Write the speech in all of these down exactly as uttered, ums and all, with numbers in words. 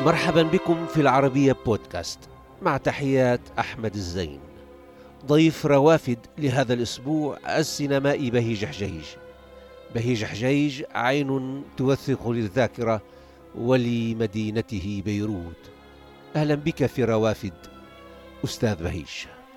مرحبا بكم في العربية بودكاست مع تحيات أحمد الزين. ضيف روافد لهذا الأسبوع السينمائي بهيج حجيج. بهيج حجيج عين توثق للذاكرة ولمدينته بيروت. أهلا بك في روافد أستاذ بهيج.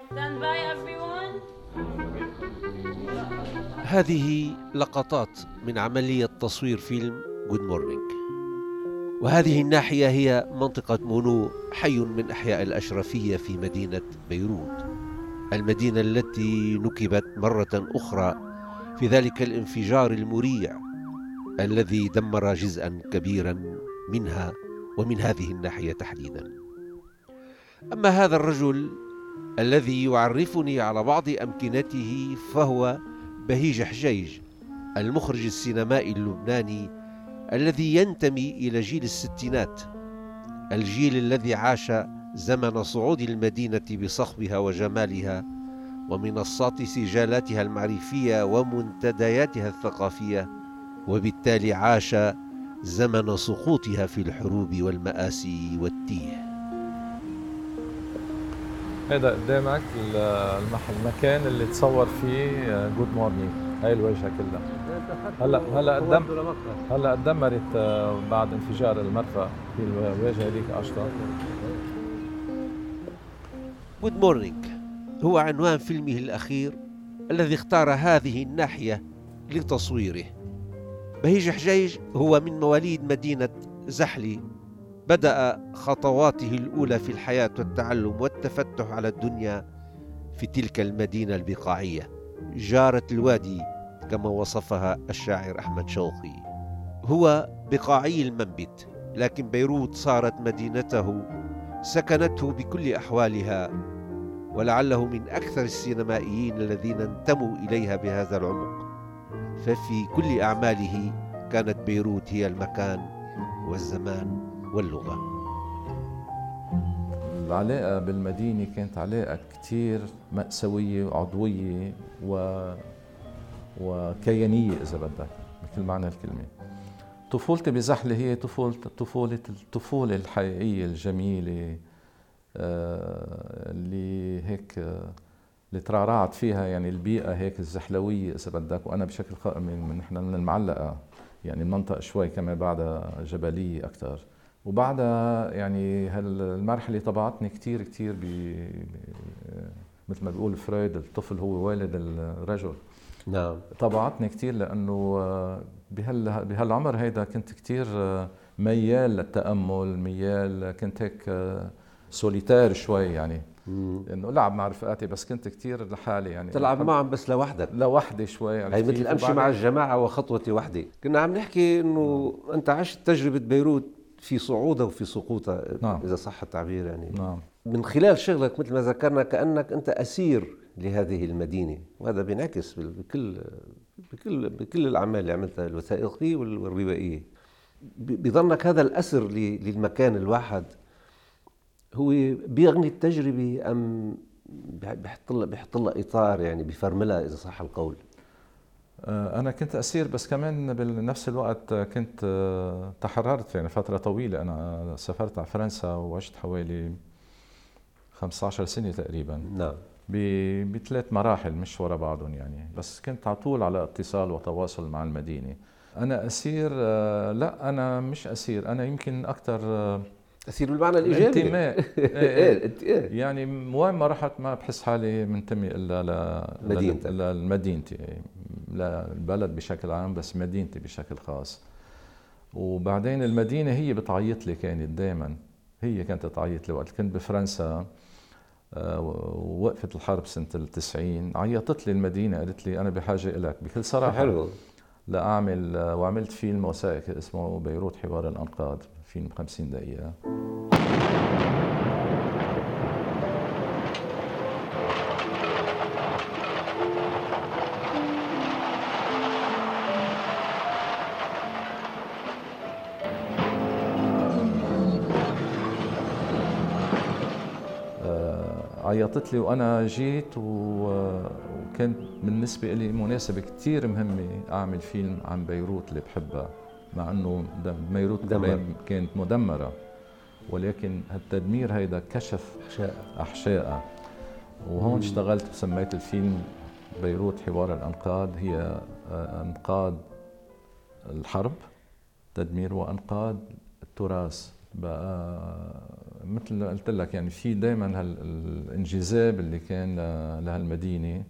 هذه لقطات من عملية تصوير فيلم جود مورنينج، وهذه الناحية هي منطقة مونو، حي من أحياء الأشرفية في مدينة بيروت، المدينة التي نكبت مرة أخرى في ذلك الانفجار المريع الذي دمر جزءا كبيرا منها ومن هذه الناحية تحديدا. أما هذا الرجل الذي يعرفني على بعض أمكنته فهو بهيج حجيج، المخرج السينمائي اللبناني الذي ينتمي إلى جيل الستينات، الجيل الذي عاش زمن صعود المدينة بصخبها وجمالها ومنصات سجالاتها المعرفية ومنتدياتها الثقافية، وبالتالي عاش زمن سقوطها في الحروب والمآسي والتيه. هذا قدامك المكان اللي تصور فيه جود مورنينج، هاي الواجهة كلها. هلا هلا قدم هلا تدمرت بعد انفجار المرفأ في الواجهة هذيك أشطر. جود مورنينج هو عنوان فيلمه الأخير الذي اختار هذه الناحية لتصويره. بهيج حجيج هو من مواليد مدينة زحلي، بدأ خطواته الأولى في الحياة والتعلم والتفتح على الدنيا في تلك المدينة البقاعية جارة الوادي كما وصفها الشاعر أحمد شوقي. هو بقاعي المنبت، لكن بيروت صارت مدينته، سكنته بكل أحوالها، ولعله من أكثر السينمائيين الذين انتموا إليها بهذا العمق. ففي كل أعماله كانت بيروت هي المكان والزمان واللغة. العلاقة بالمدينة كانت علاقة كتير مأساوية وعضوية و... وكيانية إذا بدك بكل معنى الكلمة. طفولتي بزحلة هي طفولة طفولة الطفولة الحقيقية الجميلة اللي هيك اللي ترعرعت فيها، يعني البيئة هيك الزحلوية إذا بدك. وأنا بشكل خ... من نحن من المعلقة، يعني المنطقة شوي كما بعدها جبلية أكتر، وبعدها يعني هالمرحلة طبعتني كتير كتير ب... مثل ما بيقول فرويد، الطفل هو والد الرجل. نعم. طبعتني كتير لأنه بهال بهالعمر هيدا كنت كتير ميال للتأمل، ميال كنت هيك سوليتير شوي، يعني انه لعب مع رفقاتي بس كنت كتير لحالي، يعني تلعب معهم بس لوحدك لوحدي شوي، هي مثل امشي مع الجماعه وخطوتي وحدي. كنا عم نحكي انه نعم. انت عشت تجربه بيروت في صعودها وفي سقوطها، نعم. اذا صح التعبير، يعني نعم. من خلال شغلك مثل ما ذكرنا كانك انت اسير لهذه المدينه، وهذا بينعكس بكل بكل بكل الاعمال اللي عملتها، الوثائقيه والروائيه. بظنك هذا الاسر للمكان الواحد هو بيغني التجربة أم بيحط لها بيحط لها إطار، يعني بفرملها إذا صح القول؟ أنا كنت أسير، بس كمان بنفس الوقت كنت تحررت يعني فترة طويلة. أنا سافرت على فرنسا وعشت حوالي خمسة عشر سنة تقريبا. نعم. بثلاث مراحل مش ورا بعضهم يعني، بس كنت على طول على اتصال وتواصل مع المدينة. أنا أسير؟ لا أنا مش أسير، أنا يمكن أكتر أسير بالمعنى الإيجابي. انتماء. إيه إيه يعني وين ما رحت ما بحس حالي منتمي إلا لمدينتي، لمدينتي، للبلد بشكل عام، بس مدينتي بشكل خاص. وبعدين المدينة هي بتعيط لي، كانت دائما هي كانت تعيط لي. وقت كنت بفرنسا ووقفت الحرب سنة التسعين، عيطت لي المدينة، قالت لي أنا بحاجة إلك بكل صراحة. حلو. لأعمل، وعملت فيلم وثائقي اسمه بيروت حوار الأنقاض، فيلم خمسين دقيقة. عيطت لي وأنا جيت، وكانت بالنسبة لي مناسبة كتير مهمة أعمل فيلم عن بيروت اللي بحبها، مع أنه بيروت كانت مدمرة. ولكن التدمير هيدا كشف أحشائها. وهون اشتغلت وسميت الفيلم بيروت حوار الأنقاض. هي أنقاض الحرب، تدمير وأنقاض التراث. بقى مثل ما قلت لك يعني في دائما هالانجذاب اللي كان لهالمدينة.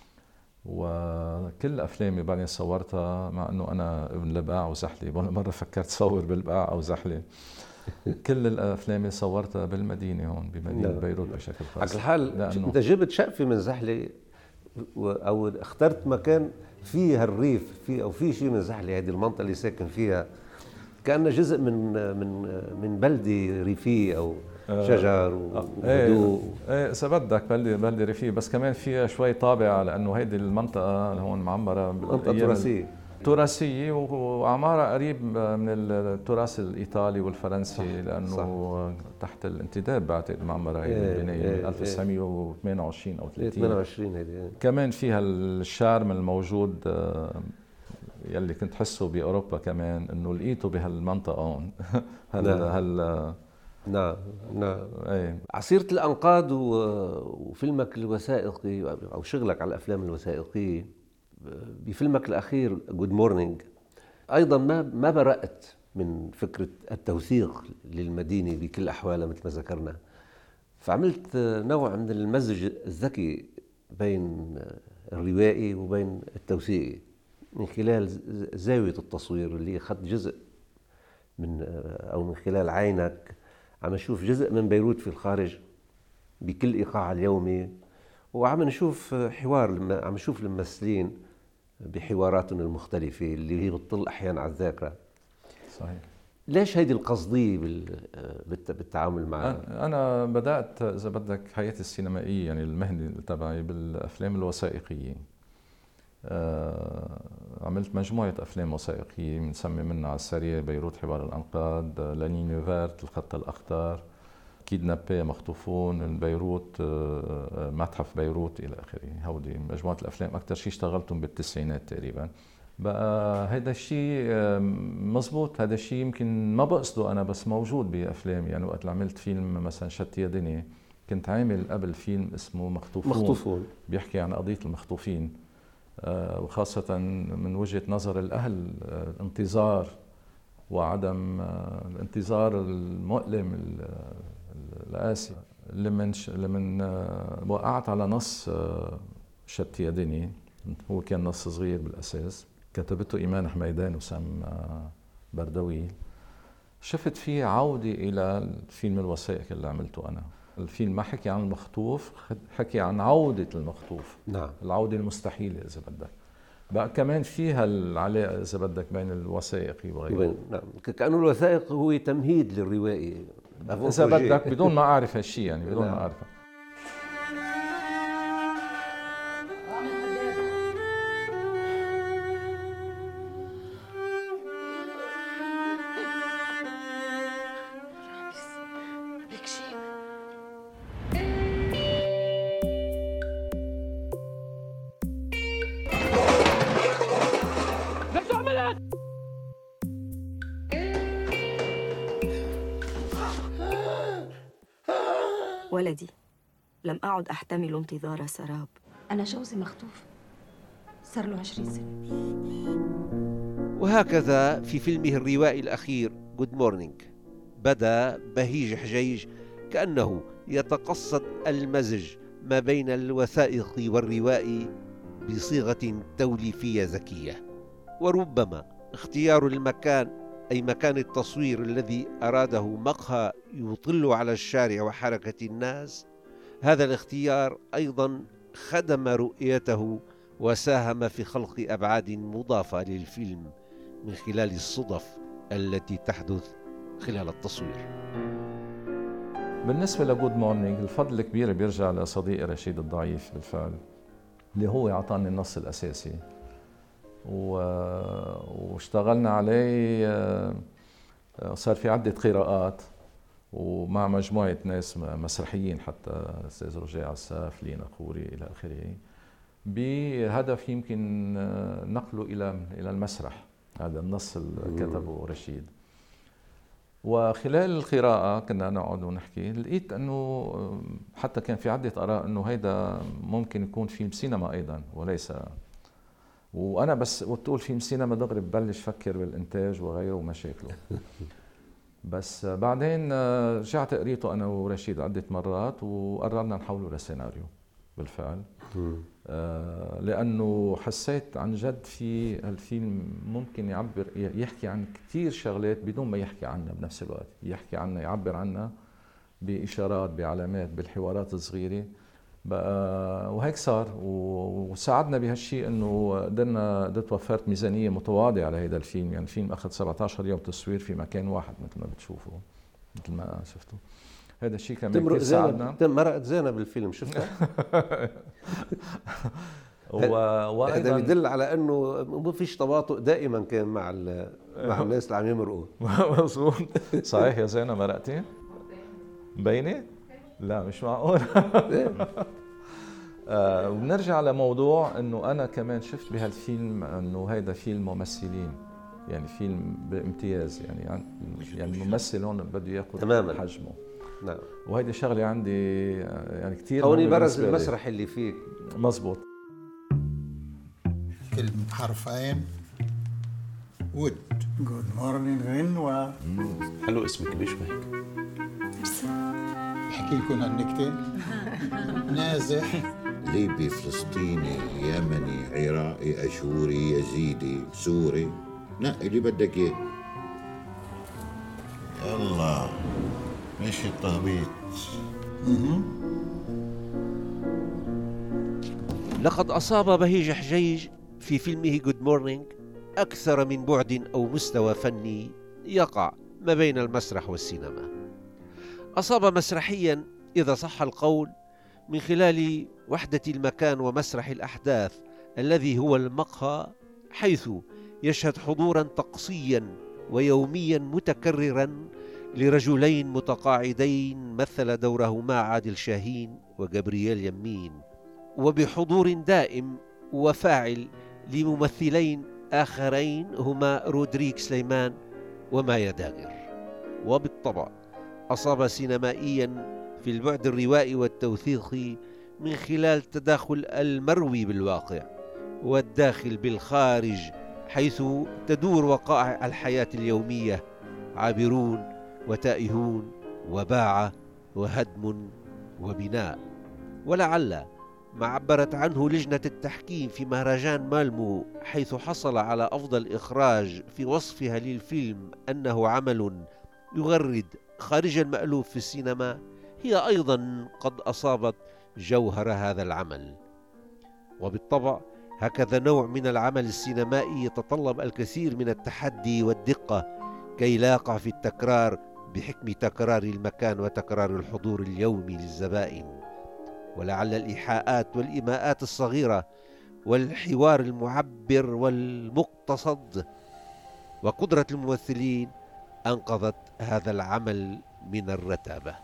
وكل أفلامي بعدين صورتها، مع أنه أنا ابن لبقاع وزحلة، ولا مرة فكرت صور بالبقاع أو زحلة. كل الأفلام صورتها بالمدينة هون بمدينة لا. بيروت بشكل خاص. على الحال أنت جبت شقفة من زحلة أو اخترت مكان فيه الريف في أو في شيء من زحلة، هذه المنطقة اللي ساكن فيها كأنه جزء من من من بلدة ريفية أو شجر وهدوء. ايه ايه بدك بلدة بلدة ريفية، بس كمان فيها شوي طابع لأنه هيدي المنطقة هون معمرة منطقة تراثية تراثية وعمارة قريب من التراث الإيطالي والفرنسي، لأنه صح. تحت الانتداب بعتقد معمرة هيدي ايه البناية ايه من ألف وتسعمية وثمانية وعشرين أو ثلاثين. ثمانية وعشرين هيدي ايه. كمان فيها الشارم الموجود يلي كنت حسه بأوروبا كمان، إنه لقيته بهالمنطقة هون. هل هل نعم نعم. ايه عصيرة الأنقاض وفيلمك الوثائقي أو شغلك على الأفلام الوثائقية، بفيلمك الأخير جود مورنينج أيضا ما ما برأت من فكرة التوثيق للمدينة بكل أحوالها مثل ما ذكرنا، فعملت نوع من المزج الذكي بين الروائي وبين التوثيقي من خلال زاوية التصوير اللي أخذت جزء من أو من خلال عينك عم نشوف جزء من بيروت في الخارج بكل إيقاع اليومي، وعم نشوف حوار عم نشوف الممثلين بحواراتهم المختلفة اللي هي بتطل أحيانا على الذاكرة. صحيح. ليش هيدي القصدية بالتعامل معها؟ أنا بدأت إذا بدك حياتي السينمائية يعني المهنة تبعي بالأفلام الوثائقية. عملت مجموعة أفلام وثائقية بنسمي منها على السريع بيروت حوار الأنقاض، لانين فيرت الخط الأخضر، كيدنابي مخطوفون، بيروت متحف بيروت إلى آخره. هودي مجموعة الأفلام أكثر شيء اشتغلتهم بالتسعينات تقريبا. بقى هذا الشيء مزبوط، هذا الشيء يمكن ما بقصده أنا بس موجود بأفلامي. يعني وقت عملت فيلم مثلا شت يدني كنت عامل قبل فيلم اسمه مخطوفون, مخطوفون. بيحكي عن قضية المخطوفين، وخاصة من وجهة نظر الأهل، الانتظار وعدم الانتظار المؤلم القاسي. لمن لمن وقعت على نص شت يدني، هو كان نص صغير بالأساس، كتبته إيمان حميدان وسام بردويل. شفت فيه عودة إلى الفيلم الوثائقي اللي عملته أنا. الفيلم ما حكي عن المخطوف، حكي عن عودة المخطوف. نعم. العودة المستحيلة إذا بدك. بقى كمان فيها العلاقة إذا بدك بين الوثائقي وغيره. نعم، كأنه الوثائق هو تمهيد للروائي إذا بدك، بدون ما أعرف هالشيء يعني بدون نعم. ما أعرفه. ولدي، لم أعد أحتمل انتظار سراب. أنا جوزي مخطوف، صار له عشرين سنة. وهكذا في فيلمه الروائي الأخير جود مورنينج بدأ بهيج حجيج كأنه يتقصد المزج ما بين الوثائقي والروائي بصيغة توليفية ذكية. وربما اختيار المكان أي مكان التصوير الذي أراده مقهى يطل على الشارع وحركة الناس، هذا الاختيار أيضا خدم رؤيته وساهم في خلق أبعاد مضافة للفيلم من خلال الصدف التي تحدث خلال التصوير. بالنسبة لجود مورنينج الفضل الكبير بيرجع لصديقي رشيد الضعيف بالفعل، اللي هو أعطاني النص الأساسي واشتغلنا عليه. صار في عدة قراءات ومع مجموعة ناس مسرحيين، حتى أستاذ رجاء عساف، لينا خوري إلى آخره، بهدف يمكن نقله إلى إلى المسرح. هذا النص اللي كتبه رشيد. وخلال القراءة كنا نقعد ونحكي، لقيت أنه حتى كان في عدة آراء أنه هيدا ممكن يكون فيلم سينما أيضا وليس. وأنا بس وتقول فيلم سينما دغري ببلش فكر بالإنتاج وغيره ومشاكله. بس بعدين رجعت قريته أنا ورشيد عدة مرات وقررنا نحوله لسيناريو بالفعل. آه لأنه حسيت عن جد في هالفيلم ممكن يعبر يحكي عن كثير شغلات بدون ما يحكي عنها بنفس الوقت، يحكي عنها يعبر عنها بإشارات بعلامات بالحوارات الصغيرة بقى. وهيك صار، وساعدنا بهالشيء انه قدرنا قدرت وفرت ميزانيه متواضعه لهذا الفيلم. يعني الفيلم اخذ سبعة عشر يوم تصوير في مكان واحد مثل ما بتشوفوا مثل ما شفتوا. هذا الشيء كمان كثير ساعدنا. تم مرقت زينة بالفيلم شفتها. وأيضا هذا يدل على انه ما فيش تواطؤ دائما كان مع مع الناس اللي عم يمرقوا. مظبوط. صحيح يا زينة مرقتي؟ مبينة؟ لا مش معقول. آه وبنرجع لموضوع انه انا كمان شفت بهالفيلم انه هيدا فيلم ممثلين، يعني فيلم بامتياز، يعني يعني الممثل هون بده ياخذ تماما حجمه. نعم. وهيدي شغله عندي يعني كثير هون برز المسرح اللي فيك. مزبوط. كلمة حرفين. ود. جود مورنينغ غنوة. حلو اسمك بيشبهك. بحكي لكم هالنكتة. نازح. ليبي، فلسطيني، يمني، عراقي، أشوري، يزيدي، سوري، نقي اللي بدك اياه. يلا مش التهبيط. لقد أصاب بهيج حجيج في فيلمه جود مورنينغ أكثر من بعد أو مستوى فني يقع ما بين المسرح والسينما. أصاب مسرحيا إذا صح القول من خلال وحدة المكان ومسرح الأحداث الذي هو المقهى، حيث يشهد حضورا طقسيا ويوميا متكررا لرجلين متقاعدين مثل دورهما عادل شاهين وجبريال يمين، وبحضور دائم وفاعل لممثلين آخرين هما رودريك سليمان ومايا داغر. وبالطبع أصاب سينمائيا في البعد الروائي والتوثيقي من خلال تداخل المروي بالواقع والداخل بالخارج، حيث تدور وقائع الحياة اليومية: عابرون وتائهون وباعة وهدم وبناء. ولعل ما عبرت عنه لجنة التحكيم في مهرجان مالمو حيث حصل على أفضل إخراج في وصفها للفيلم أنه عمل يغرد خارج المألوف في السينما، هي أيضا قد أصابت جوهر هذا العمل. وبالطبع هكذا نوع من العمل السينمائي يتطلب الكثير من التحدي والدقة كي لا يقع في التكرار بحكم تكرار المكان وتكرار الحضور اليومي للزبائن. ولعل الإيحاءات والإيماءات الصغيرة والحوار المعبر والمقتصد وقدرة الممثلين أنقذت هذا العمل من الرتابة.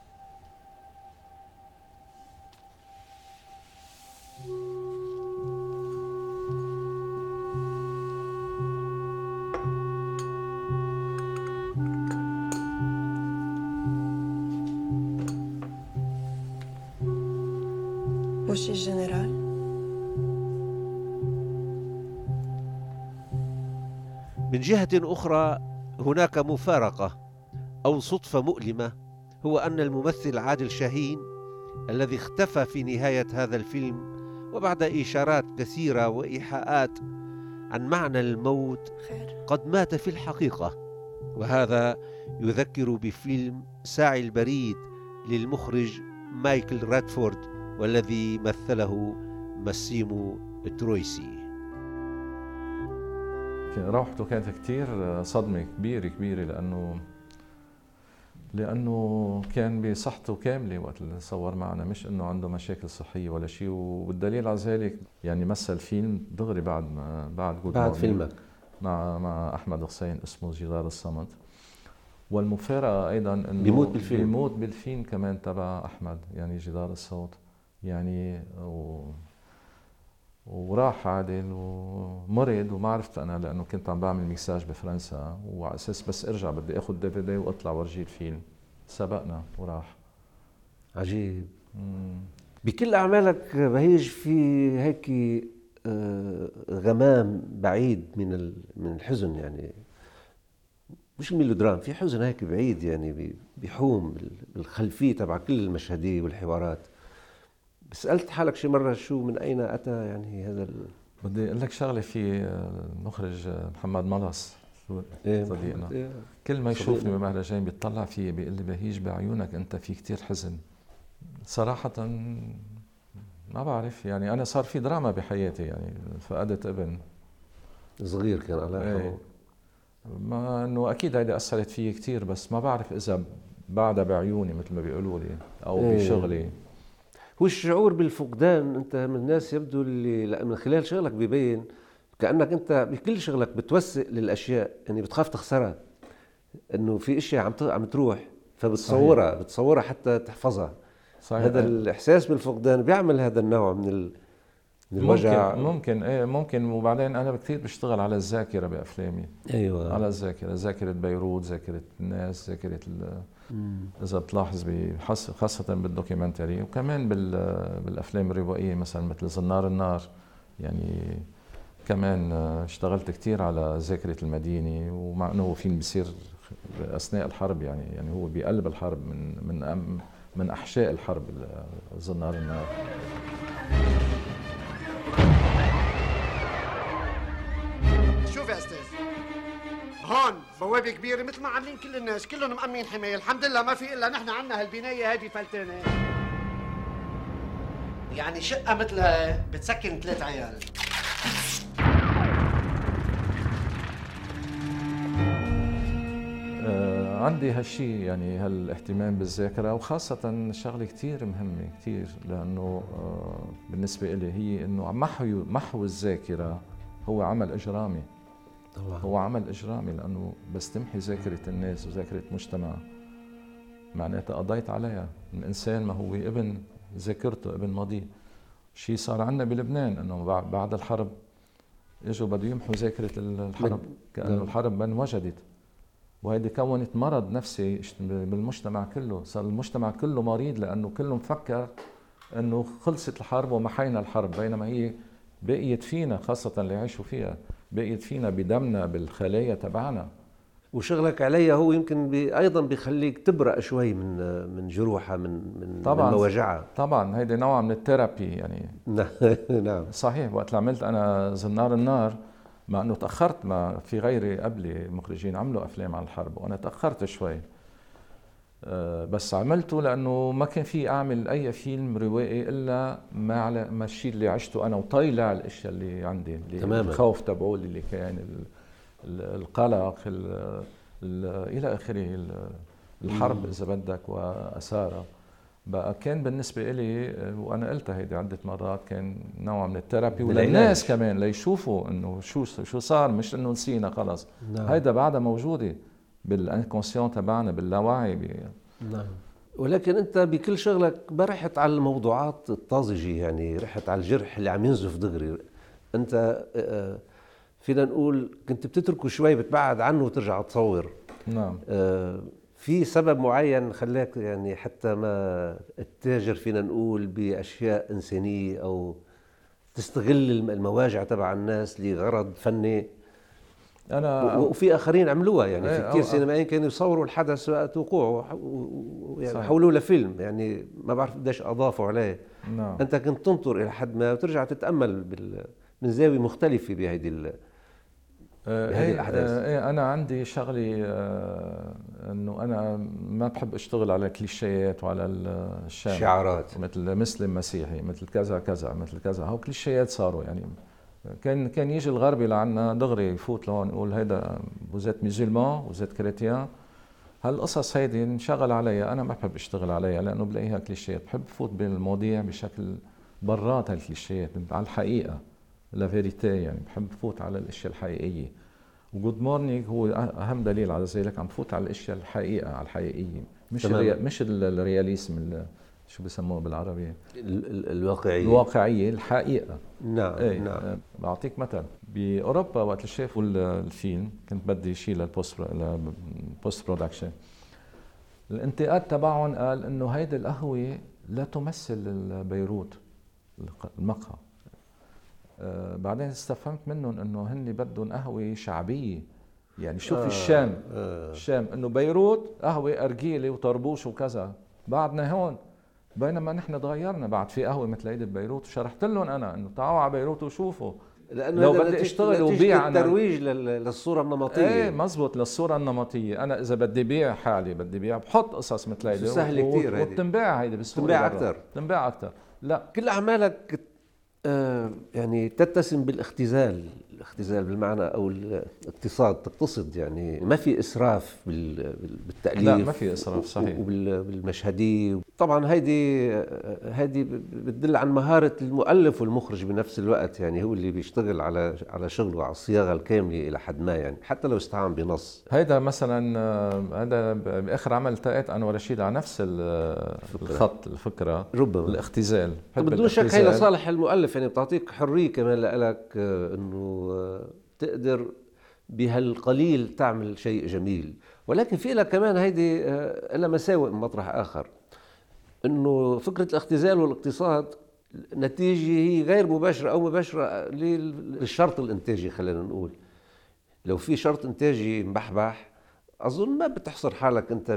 وش الجنرال؟ من جهة أخرى هناك مفارقة أو صدفة مؤلمة، هو أن الممثل عادل شاهين الذي اختفى في نهاية هذا الفيلم وبعد إشارات كثيرة وإيحاءات عن معنى الموت قد مات في الحقيقة. وهذا يذكر بفيلم ساعي البريد للمخرج مايكل رادفورد والذي مثله ماسيمو ترويسي. روحته كانت كتير صدمة كبيرة كبيرة لأنه لأنه كان بصحته كاملة وقت اللي صور معنا، مش إنه عنده مشاكل صحية ولا شيء. والدليل على ذلك يعني مثل فيلم دغري بعد ما بعد بعد فيلمك مع مع أحمد حسين اسمه جدار الصمت. والمفارقة أيضا إنه بيموت بالفيلم بيموت بالفيلم كمان تبع أحمد، يعني جدار الصوت يعني و... وراح عادل و... مرض وما عرفت انا لانه كنت عم بعمل ميكساج بفرنسا، وعلى اساس بس ارجع بدي اخذ دي في دي واطلع ورجيه الفيلم، سبقنا وراح. عجيب. مم. بكل اعمالك بهيج في هيك آه، غمام بعيد من ال- من الحزن، يعني مش الميلودرام، في حزن هيك بعيد يعني بي- بيحوم بال- بالخلفيه تبع كل المشهديه والحوارات. سألت حالك شي مرة شو من أين أتى يعني هذا ال... بدي اقول لك شغله، في المخرج محمد ملص إيه صديقنا، إيه. كل ما يشوفني صديقنا. بمهرجان بيطلع فيي بيقول لي بهيج بعيونك انت في كتير حزن. صراحه ما بعرف، يعني انا صار في دراما بحياتي، يعني فقدت ابن صغير كان الله يرحمه. إيه. ما انه اكيد هيدي اثرت فيي كتير، بس ما بعرف اذا بعدها بعيوني مثل ما بيقولوا لي او إيه. بشغلي. هو الشعور بالفقدان، أنت من الناس يبدو اللي لا، من خلال شغلك بيبين كأنك أنت بكل شغلك بتوثق للأشياء، يعني بتخاف تخسرها، إنه في أشياء عم ت- عم تروح فبتصورها صحيح. بتصورها حتى تحفظها. صحيح. هذا الإحساس بالفقدان بيعمل هذا النوع من ال... من الوجع. ممكن ممكن ايه ممكن. وبعدين انا كثير بشتغل على الذاكره بافلامي. أيوة. على الذاكره، ذاكره بيروت، ذاكره الناس، ذاكره ال... اذا بتلاحظ بحس... خاصه بالدوكيومنتري، وكمان بال... بالافلام الروائيه مثلا مثل زنار النار. يعني كمان اشتغلت كثير على ذاكره المدينه، ومع انه هو فيلم بيصير اثناء الحرب، يعني يعني هو بقلب الحرب، من من أم... من احشاء الحرب زنار النار. شوف يا استاذ، هون بوابه كبيره مثل ما عاملين كل الناس، كلهم مأمين حمايه، الحمد لله ما في الا نحن عنا هالبنايه هذه فلتانه، يعني شقه مثلها بتسكن ثلاث عيال. آه عندي هالشي، يعني هالاهتمام بالذاكره، وخاصه شغله كثير مهمه كثير، لانه آه بالنسبه لي هي انه محو محو الذاكره هو عمل اجرامي. طبعا. هو عمل اجرامي، لانه بس تمحي ذاكره الناس وذاكره مجتمع معناتها قضيت عليها. الانسان ما هو ابن ذاكرته، ابن ماضيه. شيء صار عندنا بلبنان انه بعد الحرب اجوا بده يمحوا ذاكره الحرب، كانه الحرب ما انوجدت، وهيدي كونت مرض نفسي بالمجتمع كله. صار المجتمع كله مريض، لانه كله مفكر انه خلصت الحرب ومحينا الحرب، بينما هي بقيت فينا، خاصه اللي عايشوا فيها، بقيت فينا بدمنا بالخلايا تبعنا. وشغلك عليها هو يمكن بي ايضا بيخليك تبرأ شوي من من جروحها، من من, طبعاً من مواجعها. طبعا هيدي نوع من الثيرابي يعني. نعم صحيح. وقت اللي عملت انا زنار النار، مع انه تاخرت، ما في غيري قبلي مخرجين عملوا افلام عن الحرب وانا تاخرت شوي، أه بس عملته لانه ما كان في اعمل اي فيلم روائي الا ما على ما الشيء اللي عشته انا، وطيلع الاشياء اللي عندي، اللي تماماً. الخوف تبعولي اللي كان ال ال القلق ال ال الى اخره، الحرب اذا بدك واثارها. بقى كان بالنسبه لي، وانا قلتها هيدي عده مرات، كان نوع من الثيرابي، وللناس كمان ليشوفوا انه شو شو صار، مش انه نسينا خلص. نعم. هيدا بعدها موجوده بالانكونسيون تبعنا، باللاوعي. نعم. ولكن انت بكل شغلك ما رحت على الموضوعات الطازجه، يعني رحت على الجرح اللي عم ينزف دغري. انت آه، فينا نقول كنت بتتركه شوي، بتبعد عنه وترجع تصور. نعم. آه، في سبب معين خلاك يعني حتى ما تتاجر فينا نقول بأشياء إنسانية أو تستغل المواجع تبع الناس لغرض فني؟ أنا وفي آخرين عملوها، يعني في ايه كثير أو- سينمائيين كانوا يصوروا الحدث وقت وقوعه ويعني صحيح. حولوه لفيلم، يعني ما بعرف قديش أضافوا عليه. نعم. أنت كنت تنطر إلى حد ما وترجع تتأمل بال... من زاوية مختلفة بهيدي ال... آه، بهذه ايه الأحداث. آه، ايه انا عندي شغلي، آه، انه انا ما بحب اشتغل على كليشيات وعلى الشام، شعارات. مثل مسلم مسيحي، مثل كذا كذا، مثل كذا. هو كليشيات صاروا يعني. كان كان يجي الغربي لعنا دغري يفوت لهون يقول هيدا وزيت ميزلمان وزيت كريتيان. هالقصص هيدي انشغل عليها، انا ما بحب اشتغل عليها لانه بلاقيها كليشيات. بحب فوت بالمواضيع بشكل برات هالكليشيات، على الحقيقه، لا فيريتي، يعني بحب فوت على الاشياء الحقيقيه. وجود مورنينج هو اهم دليل على ذلك، عم فوت على الاشياء الحقيقه، على الحقيقيه، مش الريا... مش الرياليسم شو بسموه بالعربي؟ ال- ال- الواقعية. الواقعية، الحقيقة. نعم ايه نعم. بعطيك مثل، باوروبا وقت شافوا الفيلم كنت بدي شيء للبوست البوست برودكشن، الانتقاد تبعهم قال انه هيدي القهوه لا تمثل بيروت المقهى. آه بعدين استفهمت منهم انه هن بدهم قهوه شعبيه، يعني شوف آه الشام آه الشام انه بيروت قهوه ارجيله وطربوش وكذا، بعدنا هون، بينما نحن تغيرنا، بعد في قهوه مثل هيدي ببيروت، وشرحت لهم انا انه تعالوا على بيروت وشوفوا، لأنه لو بدي اشتغل وبيع انا الترويج للصوره النمطيه. ايه مزبوط، للصوره النمطيه. انا اذا بدي بيع حالي بدي بيع بحط قصص مثل هيدي سهله كثير، هيدي وتنباع، هيدي بسهوله تنباع اكثر تنباع اكثر. لا كل اعمالك آه يعني تتسم بالاختزال، الاختزال بالمعنى او الاقتصاد، تقتصد، يعني ما في اسراف بالتاليف. لا ما في اسراف صحيح، وبالمشهديه. طبعا هيدي هيدي بتدل عن مهاره المؤلف والمخرج بنفس الوقت، يعني هو اللي بيشتغل على على شغله على الصياغه الكامله الى حد ما، يعني حتى لو استعان بنص. هيدا مثلا هذا باخر عمل التقيت انا ورشيد على نفس الخط، الفكره ربما الاختزال. بدون شك هي لصالح المؤلف، يعني بتعطيك حريه كمان لك انه تقدر بهالقليل تعمل شيء جميل، ولكن في لها كمان هيدي لها مساوئ من مطرح آخر، إنه فكرة الاختزال والاقتصاد نتيجة هي غير مباشرة أو مباشرة للشرط الإنتاجي. خلينا نقول لو في شرط إنتاجي مبحبح أظن ما بتحصر حالك أنت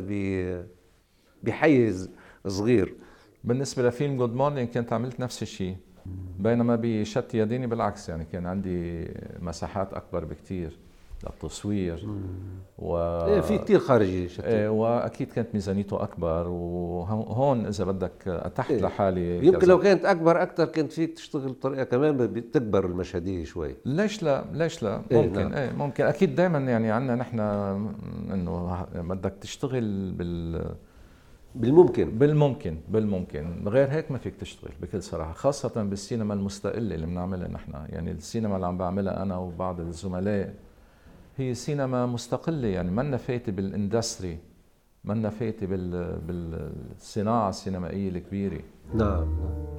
بحيز صغير. بالنسبة لفيلم جود مورنينج كنت عملت نفس الشيء، بينما بشت يديني بالعكس، يعني كان عندي مساحات أكبر بكتير للتصوير و إيه في كتير خارجي إيه، واكيد كانت ميزانيته اكبر، وهون اذا بدك اتحت إيه لحالي يمكن كذا. لو كانت اكبر اكثر كنت فيك تشتغل بطريقه كمان بتكبر المشهديه شوي. ليش لا ليش لا ممكن إيه, نعم. ايه ممكن اكيد دائما، يعني عندنا نحن انه بدك تشتغل بال بالممكن بالممكن بالممكن غير هيك ما فيك تشتغل بكل صراحه، خاصه بالسينما المستقله اللي بنعملها نحن. يعني السينما اللي عم بعملها انا وبعض الزملاء هي سينما مستقله، يعني منا فايته بالاندستري، منا فايته بال بالصناعه السينمائيه الكبيره. نعم.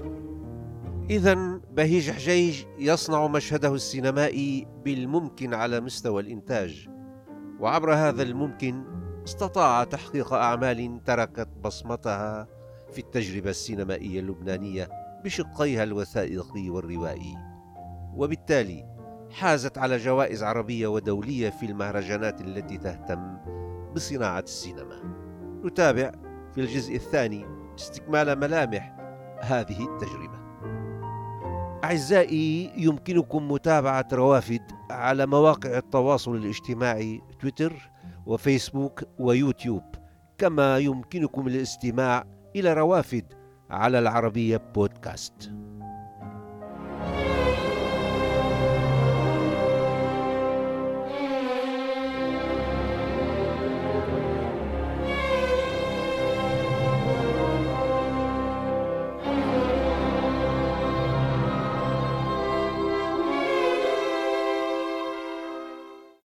إذن بهيج حجيج يصنع مشهده السينمائي بالممكن على مستوى الإنتاج، وعبر هذا الممكن استطاع تحقيق أعمال تركت بصمتها في التجربة السينمائية اللبنانية بشقيها الوثائقي والروائي، وبالتالي حازت على جوائز عربية ودولية في المهرجانات التي تهتم بصناعة السينما. نتابع في الجزء الثاني استكمال ملامح هذه التجربة. أعزائي، يمكنكم متابعة روافد على مواقع التواصل الاجتماعي تويتر وفيسبوك ويوتيوب، كما يمكنكم الاستماع إلى روافد على العربية بودكاست.